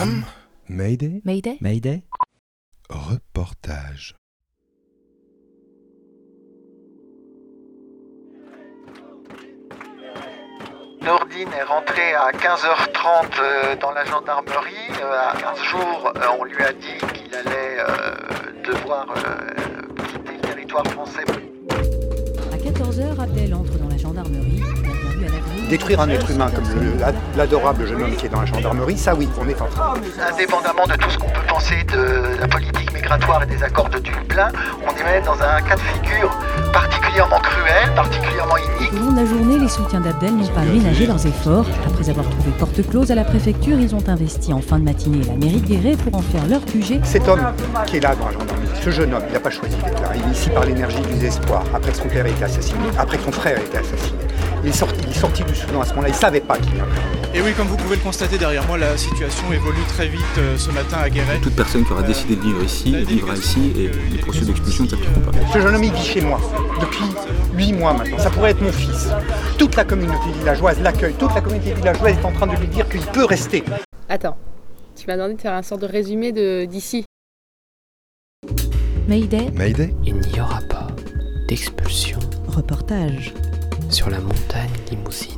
Mayday. Mayday. Mayday. Reportage. Nordine est rentré à 15h30 dans la gendarmerie. À 15 jours, on lui a dit qu'il allait devoir quitter le territoire français. À 14h, Abdel entre dans la gendarmerie, bienvenue à la grille. Détruire un être humain comme l'adorable jeune homme qui est dans la gendarmerie, ça oui, on est en train. Indépendamment de tout ce qu'on peut penser de la politique migratoire et des accords de Dublin, on est même dans un cas de figure particulièrement cruel, particulièrement inique. Au long de la journée, les soutiens d'Abdel n'ont pas ménagé leurs efforts. Après avoir trouvé porte close à la préfecture, ils ont investi en fin de matinée la mairie de Guéret pour en faire leur QG. Cet homme qui est là dans la gendarmerie, ce jeune homme, il n'a pas choisi d'être là. Il est ici par l'énergie du désespoir, après que son père ait été assassiné, après que son frère ait été assassiné. Il est sorti du Soudan à ce moment-là, il ne savait pas qu'il y avait. Et oui, comme vous pouvez le constater derrière moi, la situation évolue très vite ce matin à Guéret. Toute personne qui aura décidé de vivre ici, vivra ici et les procédures d'expulsion ne s'appliqueront pas. Ce jeune homme, il vit chez moi depuis 8 mois maintenant. Ça pourrait être mon fils. Toute la communauté villageoise l'accueille. Toute la communauté villageoise est en train de lui dire qu'il peut rester. Attends, tu m'as demandé de faire un sorte de résumé d'ici. Mayday. Mayday. Il n'y aura pas d'expulsion. Reportage. Sur la montagne Limousine.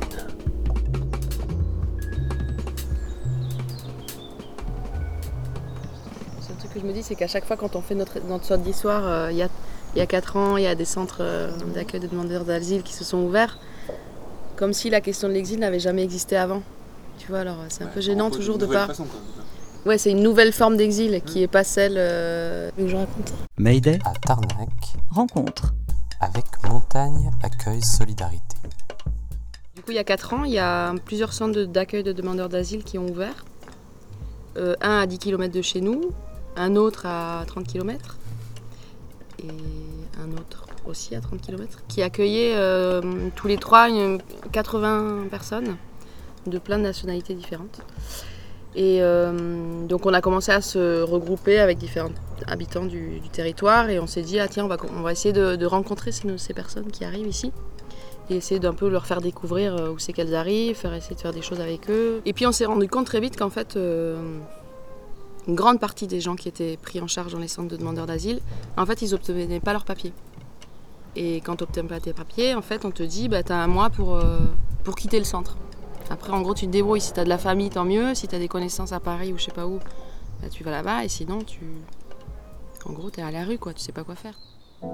Le truc que je me dis, c'est qu'à chaque fois quand on fait notre sorte d'histoire, il y a 4 ans, il y a des centres d'accueil de demandeurs d'asile qui se sont ouverts, comme si la question de l'exil n'avait jamais existé avant. Tu vois, alors c'est un peu gênant toujours de pas... Ouais, c'est une nouvelle forme d'exil qui n'est pas celle que je raconte. Mayday. À Tarnac. Rencontre. Avec Montagne Accueil Solidarité. Du coup, il y a 4 ans, il y a plusieurs centres d'accueil de demandeurs d'asile qui ont ouvert. Un à 10 km de chez nous, un autre à 30 km et un autre aussi à 30 km, qui accueillait tous les 3 80 personnes de plein de nationalités différentes. Et donc on a commencé à se regrouper avec différents habitants du territoire et on s'est dit, ah tiens, on va essayer de rencontrer ces personnes qui arrivent ici et essayer d'un peu leur faire découvrir où c'est qu'elles arrivent, essayer de faire des choses avec eux. Et puis on s'est rendu compte très vite qu'en fait, une grande partie des gens qui étaient pris en charge dans les centres de demandeurs d'asile, en fait, ils n'obtenaient pas leurs papiers. Et quand tu n'obtiens pas tes papiers, en fait, on te dit, bah, tu as un mois pour quitter le centre. Après, en gros, tu te débrouilles. Si tu as de la famille, tant mieux. Si tu as des connaissances à Paris ou je sais pas où, bah, tu vas là-bas. Et sinon, en gros, tu es à la rue, quoi. Tu sais pas quoi faire.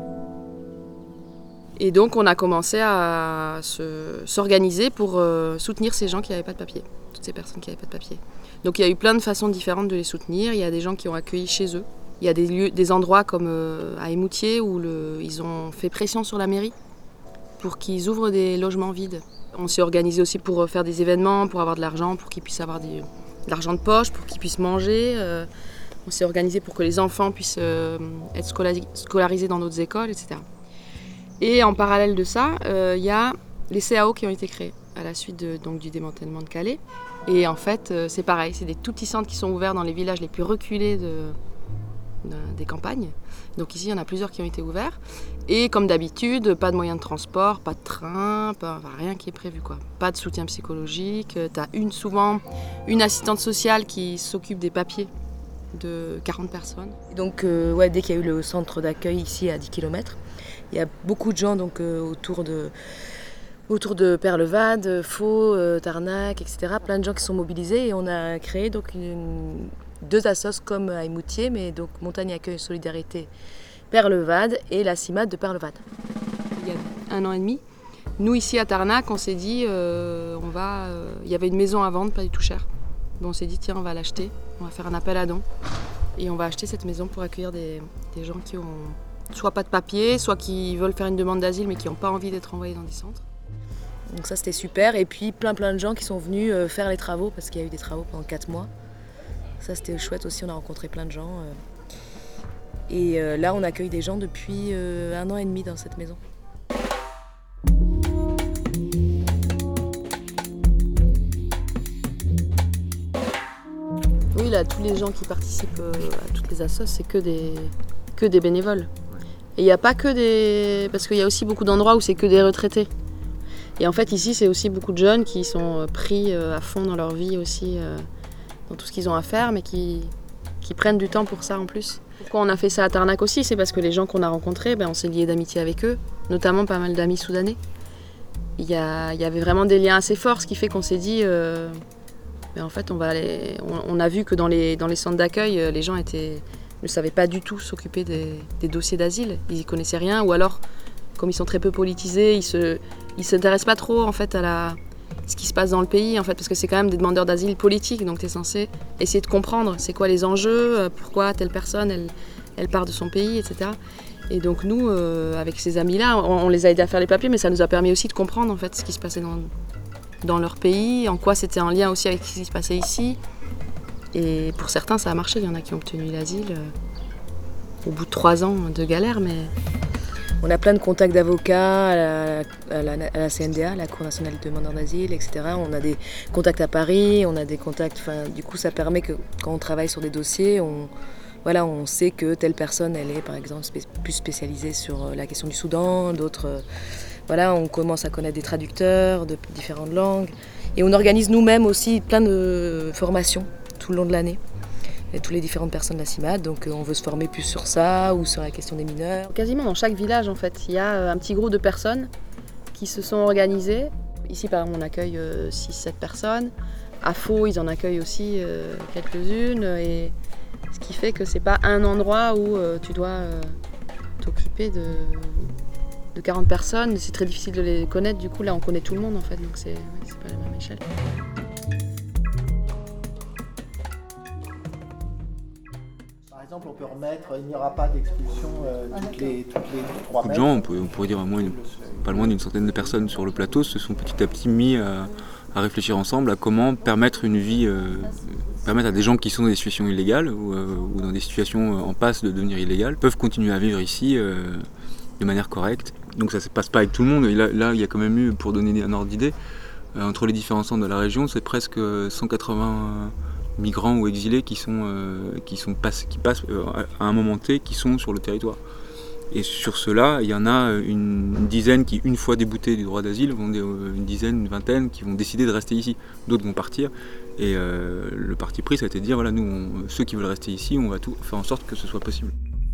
Et donc, on a commencé à s'organiser pour soutenir ces gens qui n'avaient pas de papier. Toutes ces personnes qui n'avaient pas de papier. Donc, il y a eu plein de façons différentes de les soutenir. Il y a des gens qui ont accueilli chez eux. Il y a des endroits comme à Émoutier où ils ont fait pression sur la mairie pour qu'ils ouvrent des logements vides. On s'est organisé aussi pour faire des événements, pour avoir de l'argent, pour qu'ils puissent avoir de l'argent de poche, pour qu'ils puissent manger. On s'est organisé pour que les enfants puissent être scolarisés dans d'autres écoles, etc. Et en parallèle de ça, il y a les CAO qui ont été créés à la suite du démantèlement de Calais. Et en fait, c'est pareil, c'est des tout petits centres qui sont ouverts dans les villages les plus reculés des campagnes. Donc ici, il y en a plusieurs qui ont été ouverts. Et comme d'habitude, pas de moyens de transport, pas de train, rien qui est prévu, quoi. Pas de soutien psychologique. Tu as souvent une assistante sociale qui s'occupe des papiers de 40 personnes. Donc dès qu'il y a eu le centre d'accueil ici à 10 km, il y a beaucoup de gens donc, autour de Peyrelevade, Faux, Tarnac, etc. Plein de gens qui sont mobilisés et on a créé donc 2 assos comme à Émoutier, mais donc Montagne Accueil Solidarité Peyrelevade et la CIMAD de Peyrelevade. Il y a 1 an et demi, nous ici à Tarnac, on s'est dit, il y avait une maison à vendre, pas du tout cher. Bon, on s'est dit, tiens, on va l'acheter, on va faire un appel à dons et on va acheter cette maison pour accueillir des gens qui ont soit pas de papier, soit qui veulent faire une demande d'asile mais qui n'ont pas envie d'être envoyés dans des centres. Donc ça c'était super, et puis plein de gens qui sont venus faire les travaux parce qu'il y a eu des travaux pendant 4 mois. Ça c'était chouette aussi, on a rencontré plein de gens. Et là on accueille des gens depuis 1 an et demi dans cette maison. Oui, là tous les gens qui participent à toutes les assos, c'est que des bénévoles. Et il n'y a pas que des... Parce qu'il y a aussi beaucoup d'endroits où c'est que des retraités. Et en fait ici c'est aussi beaucoup de jeunes qui sont pris à fond dans leur vie aussi. dans tout ce qu'ils ont à faire, mais qui prennent du temps pour ça en plus. Pourquoi on a fait ça à Tarnac aussi, c'est parce que les gens qu'on a rencontrés, on s'est liés d'amitié avec eux, notamment pas mal d'amis soudanais. Il y avait vraiment des liens assez forts, ce qui fait qu'on s'est dit, en fait, on a vu que dans les centres d'accueil, les gens ne savaient pas du tout s'occuper des dossiers d'asile. Ils y connaissaient rien, ou alors, comme ils sont très peu politisés, ils s'intéressent pas trop en fait à ce qui se passe dans le pays, en fait, parce que c'est quand même des demandeurs d'asile politiques, donc tu es censé essayer de comprendre c'est quoi les enjeux, pourquoi telle personne elle part de son pays, etc. Et donc nous, avec ces amis-là, on les a aidés à faire les papiers, mais ça nous a permis aussi de comprendre en fait ce qui se passait dans leur pays, en quoi c'était en lien aussi avec ce qui se passait ici. Et pour certains, ça a marché. Il y en a qui ont obtenu l'asile au bout de 3 ans de galère, mais... On a plein de contacts d'avocats à la CNDA, la Cour nationale des demandeurs d'asile, etc. On a des contacts à Paris, on a des contacts... Du coup, ça permet que quand on travaille sur des dossiers, on sait que telle personne, elle est par exemple plus spécialisée sur la question du Soudan, d'autres... on commence à connaître des traducteurs de différentes langues. Et on organise nous-mêmes aussi plein de formations tout le long de l'année. Et toutes les différentes personnes de la CIMAD, donc on veut se former plus sur ça ou sur la question des mineurs. Quasiment dans chaque village en fait, il y a un petit groupe de personnes qui se sont organisées. Ici par exemple on accueille 6-7 personnes, à Faux ils en accueillent aussi quelques-unes, et ce qui fait que c'est pas un endroit où tu dois t'occuper de 40 personnes, c'est très difficile de les connaître, du coup là on connaît tout le monde en fait, donc c'est pas la même échelle. Par exemple, on peut remettre, il n'y aura pas d'expulsion toutes les 3 Beaucoup mètres. de gens, on pourrait dire pas loin d'une centaine de personnes sur le plateau, se sont petit à petit mis à réfléchir ensemble à comment permettre une vie, permettre à des gens qui sont dans des situations illégales ou dans des situations en passe de devenir illégales, peuvent continuer à vivre ici de manière correcte. Donc ça ne se passe pas avec tout le monde. Et là, il y a quand même eu, pour donner un ordre d'idée, entre les différents centres de la région, c'est presque 180 migrants ou exilés qui passent à un moment T, qui sont sur le territoire. Et sur ceux-là, il y en a une dizaine qui, une fois déboutés du droit d'asile, une dizaine, une vingtaine, qui vont décider de rester ici. D'autres vont partir. Et le parti pris, ça a été de dire, voilà, nous, ceux qui veulent rester ici, on va tout faire en sorte que ce soit possible.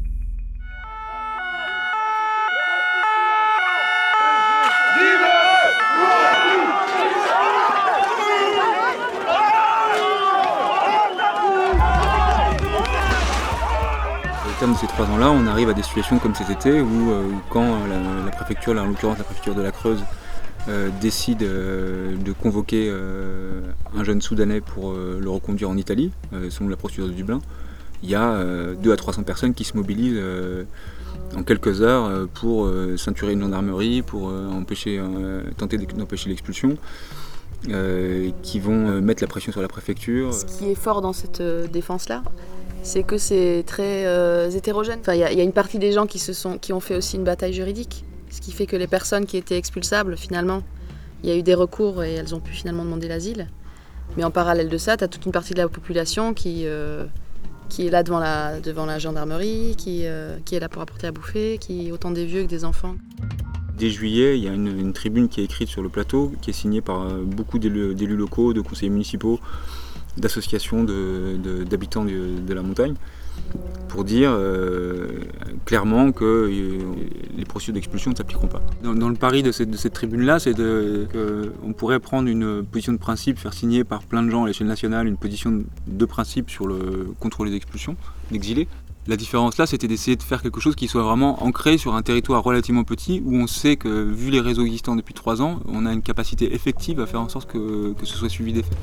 Au terme de ces 3 ans-là, on arrive à des situations comme cet été où quand la préfecture, là, en l'occurrence la préfecture de la Creuse, décide de convoquer un jeune Soudanais pour le reconduire en Italie, selon la procédure de Dublin, il y a 200 à 300 personnes qui se mobilisent en quelques heures pour ceinturer une gendarmerie, pour tenter d'empêcher l'expulsion, qui vont mettre la pression sur la préfecture. Ce qui est fort dans cette défense-là, c'est que c'est très hétérogène. Enfin, il y a une partie des gens qui ont fait aussi une bataille juridique, ce qui fait que les personnes qui étaient expulsables, finalement, il y a eu des recours et elles ont pu finalement demander l'asile. Mais en parallèle de ça, tu as toute une partie de la population qui est là devant la gendarmerie, qui est là pour apporter à bouffer, qui est autant des vieux que des enfants. Dès juillet, il y a une tribune qui est écrite sur le plateau, qui est signée par beaucoup d'élus locaux, de conseillers municipaux, d'associations d'habitants de la montagne, pour dire clairement que les procédures d'expulsion ne s'appliqueront pas. Dans le pari de cette tribune-là, c'est qu'on pourrait prendre une position de principe, faire signer par plein de gens à l'échelle nationale une position de principe sur le contrôle des expulsions d'exilés. La différence là, c'était d'essayer de faire quelque chose qui soit vraiment ancré sur un territoire relativement petit, où on sait que, vu les réseaux existants depuis 3 ans, on a une capacité effective à faire en sorte que ce soit suivi des faits.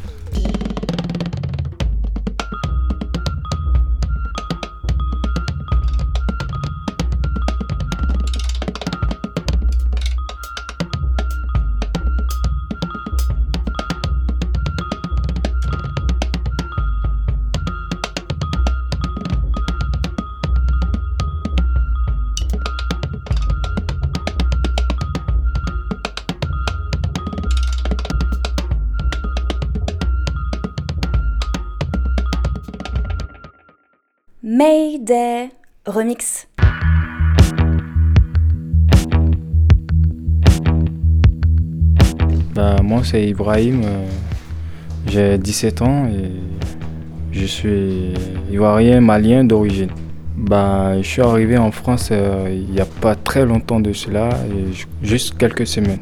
Mayday Remix. Moi c'est Ibrahim, j'ai 17 ans et Je suis ivoirien, malien d'origine. Je suis arrivé en France il n'y a pas très longtemps de cela, juste quelques semaines.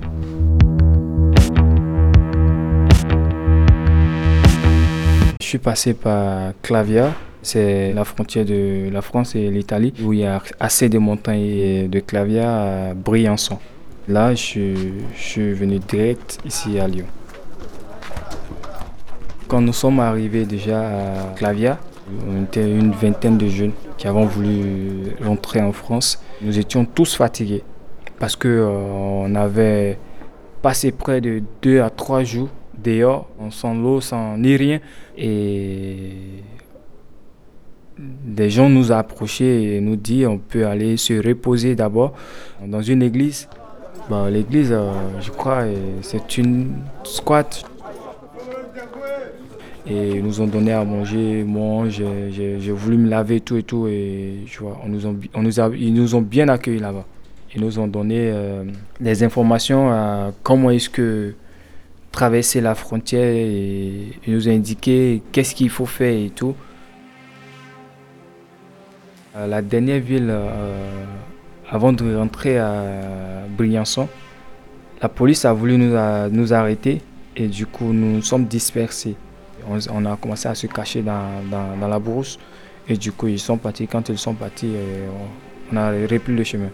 Je suis passé par Clavia, c'est la frontière de la France et l'Italie, où il y a assez de montagnes de Clavia à Briançon. Là, je suis venu direct ici à Lyon. Quand nous sommes arrivés déjà à Clavia, on était une vingtaine de jeunes qui avons voulu rentrer en France. Nous étions tous fatigués parce qu'on avait passé près de 2 à 3 jours dehors, sans l'eau, sans ni rien. Et des gens nous ont approchés et nous dit on peut aller se reposer d'abord dans une église. L'église, je crois, c'est une squat. Et ils nous ont donné à manger. Moi, j'ai voulu me laver tout et tout. Et tu vois, ils nous ont bien accueillis là-bas. Ils nous ont donné des informations à comment est-ce que traverser la frontière. Et ils nous ont indiqué qu'est-ce qu'il faut faire et tout. La dernière ville, avant de rentrer à Briançon, la police a voulu nous arrêter. Et du coup, nous sommes dispersés. On a commencé à se cacher dans la brousse et du coup ils sont partis. Quand ils sont partis, on a repris le chemin.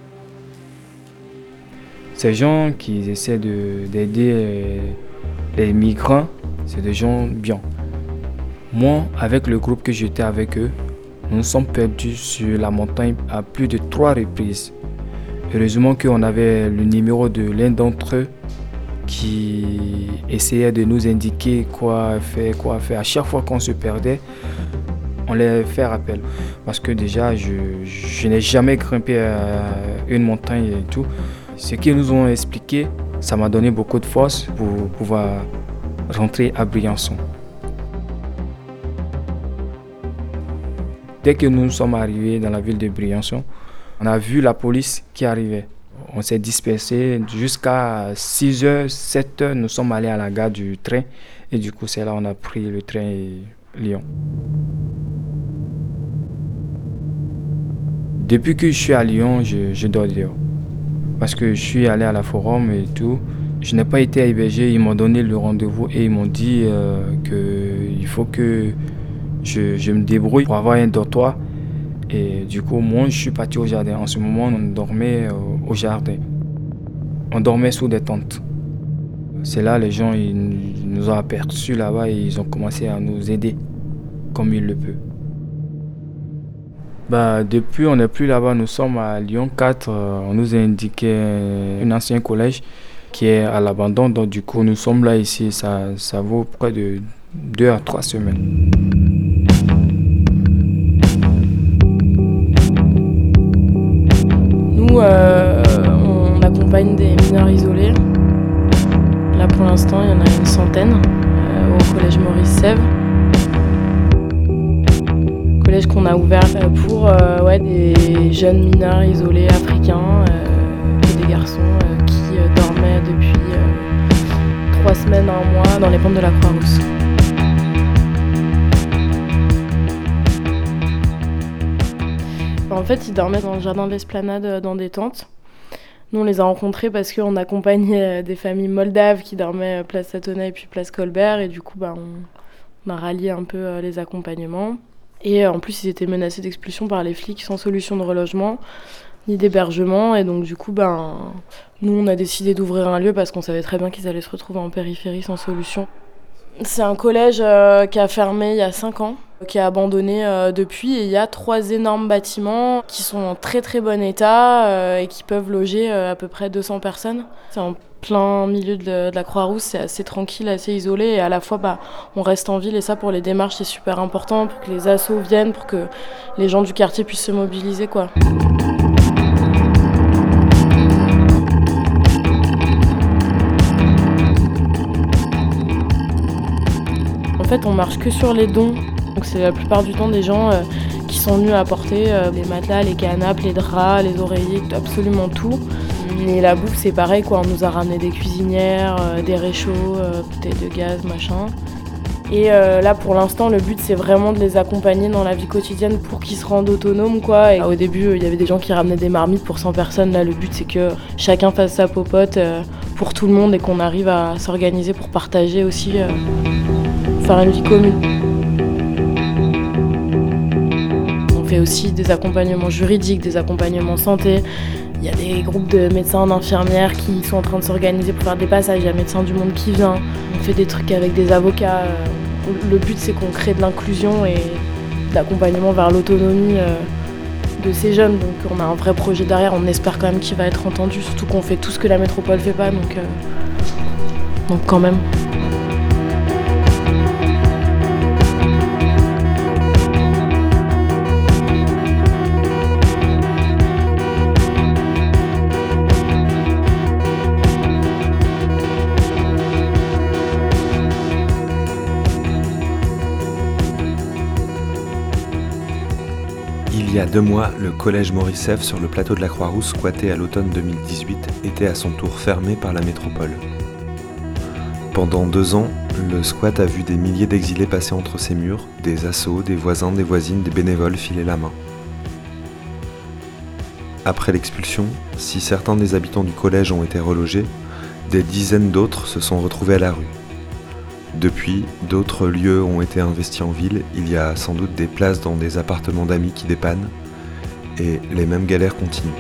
Ces gens qui essaient d'aider les migrants, c'est des gens bien. Moi, avec le groupe que j'étais avec eux, nous nous sommes perdus sur la montagne à plus de 3 reprises. Heureusement qu'on avait le numéro de l'un d'entre eux qui essayait de nous indiquer quoi faire. À chaque fois qu'on se perdait, on les fait appel. Parce que déjà, je n'ai jamais grimpé à une montagne et tout. Ce qu'ils nous ont expliqué, ça m'a donné beaucoup de force pour pouvoir rentrer à Briançon. Dès que nous sommes arrivés dans la ville de Briançon, on a vu la police qui arrivait. On s'est dispersé jusqu'à 6h, 7h, nous sommes allés à la gare du train et du coup c'est là on a pris le train Lyon. Depuis que je suis à Lyon, je dors dehors parce que je suis allé à la forum et tout. Je n'ai pas été hébergé, ils m'ont donné le rendez-vous et ils m'ont dit qu'il faut que je me débrouille pour avoir un dortoir. Et du coup, moi, je suis parti au jardin. En ce moment, on dormait au jardin. On dormait sous des tentes. C'est là, les gens, ils nous ont aperçus là-bas et ils ont commencé à nous aider comme ils le peuvent. Depuis, on n'est plus là-bas. Nous sommes à Lyon 4. On nous a indiqué un ancien collège qui est à l'abandon. Donc, du coup, nous sommes là ici. Ça vaut près de 2 à 3 semaines. Nous, on accompagne des mineurs isolés. Là, pour l'instant, il y en a une centaine au collège Maurice Sèvres. Collège qu'on a ouvert pour des jeunes mineurs isolés africains et des garçons qui dormaient depuis 3 semaines à 1 mois dans les pentes de la Croix-Rousse. En fait, ils dormaient dans le jardin de l'Esplanade dans des tentes. Nous, on les a rencontrés parce qu'on accompagnait des familles moldaves qui dormaient place Satonnet et puis place Colbert. Et du coup, on a rallié un peu les accompagnements. Et en plus, ils étaient menacés d'expulsion par les flics sans solution de relogement ni d'hébergement. Et donc, du coup, nous, on a décidé d'ouvrir un lieu parce qu'on savait très bien qu'ils allaient se retrouver en périphérie sans solution. C'est un collège qui a fermé il y a 5 ans, qui a abandonné depuis. Et il y a 3 énormes bâtiments qui sont en très très bon état et qui peuvent loger à peu près 200 personnes. C'est en plein milieu de la Croix-Rousse, c'est assez tranquille, assez isolé. Et à la fois, on reste en ville et ça, pour les démarches, c'est super important pour que les assos viennent, pour que les gens du quartier puissent se mobiliser, quoi. En fait, on marche que sur les dons. Donc c'est la plupart du temps des gens qui sont venus apporter les matelas, les canapes, les draps, les oreillers, absolument tout. Et la bouffe, c'est pareil, quoi. On nous a ramené des cuisinières, des réchauds, bouteilles de gaz, machin. Et là, pour l'instant, le but, c'est vraiment de les accompagner dans la vie quotidienne pour qu'ils se rendent autonomes, quoi. Et au début, il y avait des gens qui ramenaient des marmites pour 100 personnes. Là, le but, c'est que chacun fasse sa popote pour tout le monde et qu'on arrive à s'organiser pour partager aussi, faire une vie commune. On fait aussi des accompagnements juridiques, des accompagnements santé. Il y a des groupes de médecins, d'infirmières qui sont en train de s'organiser pour faire des passages. Il y a Médecins du Monde qui vient. On fait des trucs avec des avocats. Le but, c'est qu'on crée de l'inclusion et de l'accompagnement vers l'autonomie de ces jeunes. Donc on a un vrai projet derrière. On espère quand même qu'il va être entendu. Surtout qu'on fait tout ce que la métropole ne fait pas. Donc quand même. Il y a 2 mois, le collège Morisseff sur le plateau de la Croix-Rousse, squatté à l'automne 2018, était à son tour fermé par la métropole. Pendant 2 ans, le squat a vu des milliers d'exilés passer entre ses murs, des assos, des voisins, des voisines, des bénévoles filer la main. Après l'expulsion, si certains des habitants du collège ont été relogés, des dizaines d'autres se sont retrouvés à la rue. Depuis, d'autres lieux ont été investis en ville, il y a sans doute des places dans des appartements d'amis qui dépannent, et les mêmes galères continuent.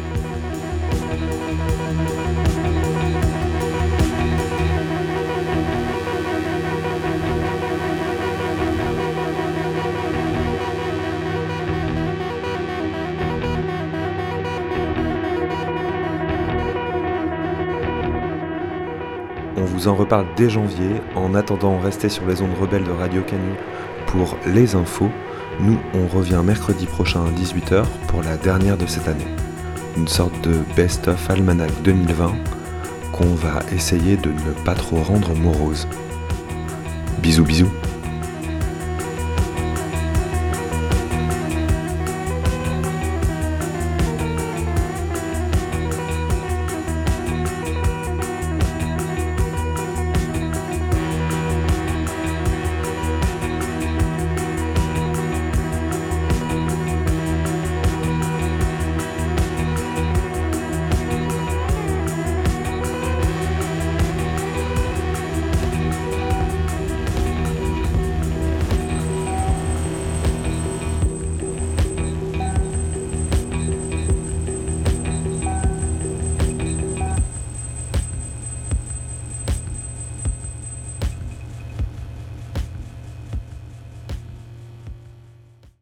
On vous en reparle dès janvier. En attendant, restez sur les ondes rebelles de Radio Canu pour les infos. Nous, on revient mercredi prochain à 18h pour la dernière de cette année. Une sorte de best-of almanach 2020 qu'on va essayer de ne pas trop rendre morose. Bisous bisous.